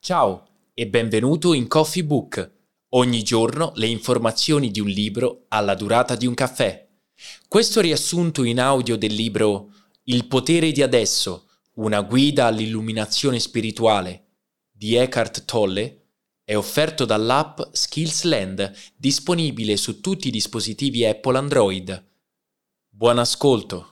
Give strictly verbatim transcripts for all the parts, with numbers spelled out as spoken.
Ciao e benvenuto in Coffee Book. Ogni giorno le informazioni di un libro alla durata di un caffè. Questo riassunto in audio del libro Il potere di adesso, una guida all'illuminazione spirituale di Eckhart Tolle è offerto dall'app Skillsland, disponibile su tutti i dispositivi Apple Android. Buon ascolto!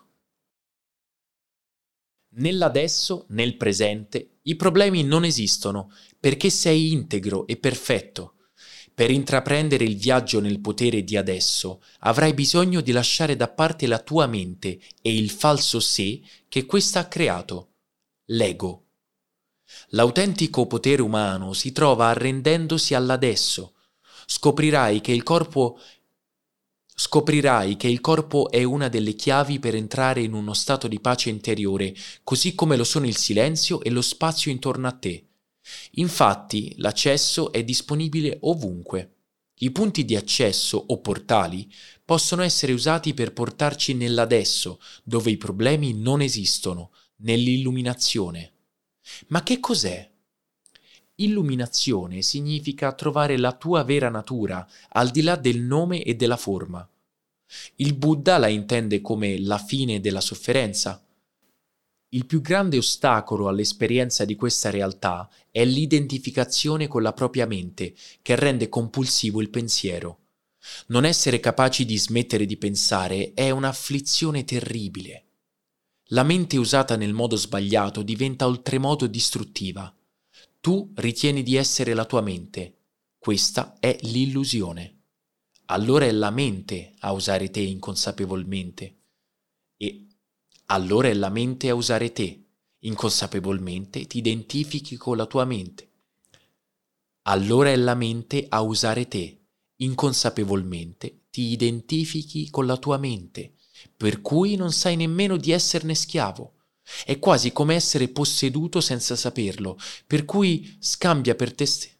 Nell'adesso, nel presente, i problemi non esistono perché sei integro e perfetto. Per intraprendere il viaggio nel potere di adesso, avrai bisogno di lasciare da parte la tua mente e il falso sé che questa ha creato, l'ego. L'autentico potere umano si trova arrendendosi all'adesso. Scoprirai che il corpo Scoprirai che il corpo è una delle chiavi per entrare in uno stato di pace interiore, così come lo sono il silenzio e lo spazio intorno a te. Infatti, l'accesso è disponibile ovunque. I punti di accesso o portali possono essere usati per portarci nell'adesso, dove i problemi non esistono, nell'illuminazione. Ma che cos'è? Illuminazione significa trovare la tua vera natura, al di là del nome e della forma. Il Buddha la intende come la fine della sofferenza. Il più grande ostacolo all'esperienza di questa realtà è l'identificazione con la propria mente, che rende compulsivo il pensiero. Non essere capaci di smettere di pensare è un'afflizione terribile. La mente usata nel modo sbagliato diventa oltremodo distruttiva. Tu ritieni di essere la tua mente. Questa è l'illusione. Allora è la mente a usare te inconsapevolmente. E allora è la mente a usare te. Inconsapevolmente ti identifichi con la tua mente. Allora è la mente a usare te. Inconsapevolmente ti identifichi con la tua mente, per cui non sai nemmeno di esserne schiavo. È quasi come essere posseduto senza saperlo, per cui scambia per te stesso.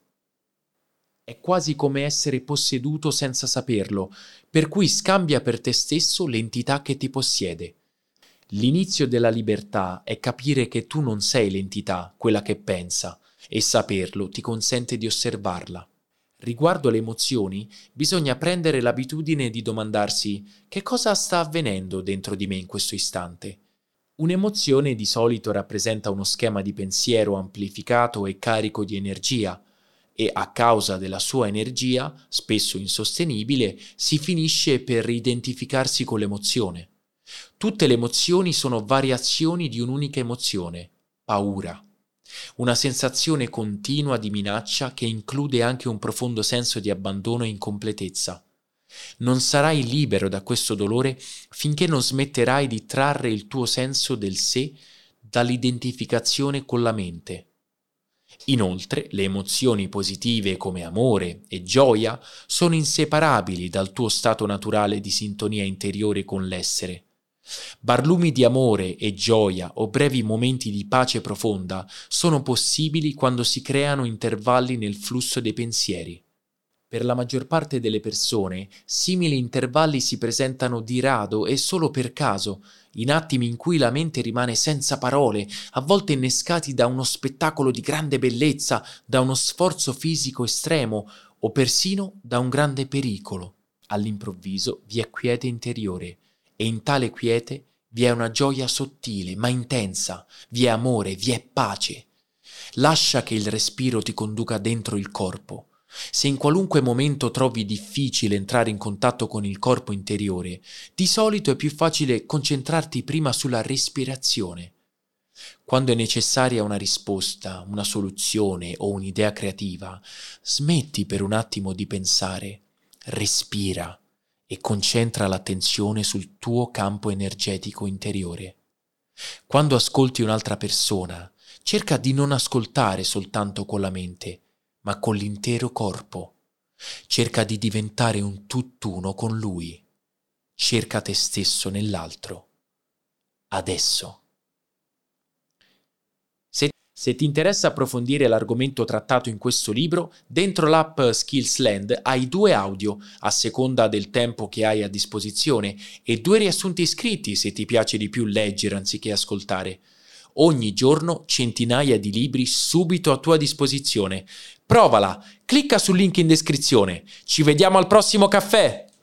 È quasi come essere posseduto senza saperlo, per cui scambia per te stesso l'entità che ti possiede. L'inizio della libertà è capire che tu non sei l'entità, quella che pensa, e saperlo ti consente di osservarla. Riguardo alle emozioni, bisogna prendere l'abitudine di domandarsi: che cosa sta avvenendo dentro di me in questo istante? Un'emozione di solito rappresenta uno schema di pensiero amplificato e carico di energia, e a causa della sua energia, spesso insostenibile, si finisce per identificarsi con l'emozione. Tutte le emozioni sono variazioni di un'unica emozione, paura. Una sensazione continua di minaccia che include anche un profondo senso di abbandono e incompletezza. Non sarai libero da questo dolore finché non smetterai di trarre il tuo senso del sé dall'identificazione con la mente. Inoltre, le emozioni positive come amore e gioia sono inseparabili dal tuo stato naturale di sintonia interiore con l'essere. Barlumi di amore e gioia o brevi momenti di pace profonda sono possibili quando si creano intervalli nel flusso dei pensieri. Per la maggior parte delle persone, simili intervalli si presentano di rado e solo per caso, in attimi in cui la mente rimane senza parole, a volte innescati da uno spettacolo di grande bellezza, da uno sforzo fisico estremo o persino da un grande pericolo. All'improvviso vi è quiete interiore e in tale quiete vi è una gioia sottile ma intensa, vi è amore, vi è pace. Lascia che il respiro ti conduca dentro il corpo. Se in qualunque momento trovi difficile entrare in contatto con il corpo interiore, di solito è più facile concentrarti prima sulla respirazione. Quando è necessaria una risposta, una soluzione o un'idea creativa, smetti per un attimo di pensare, respira e concentra l'attenzione sul tuo campo energetico interiore. Quando ascolti un'altra persona, cerca di non ascoltare soltanto con la mente, ma con l'intero corpo. Cerca di diventare un tutt'uno con lui. Cerca te stesso nell'altro. Adesso. Se, se ti interessa approfondire l'argomento trattato in questo libro, dentro l'app Skillsland hai due audio a seconda del tempo che hai a disposizione e due riassunti scritti se ti piace di più leggere anziché ascoltare. Ogni giorno centinaia di libri subito a tua disposizione. Provala, clicca sul link in descrizione. Ci vediamo al prossimo caffè!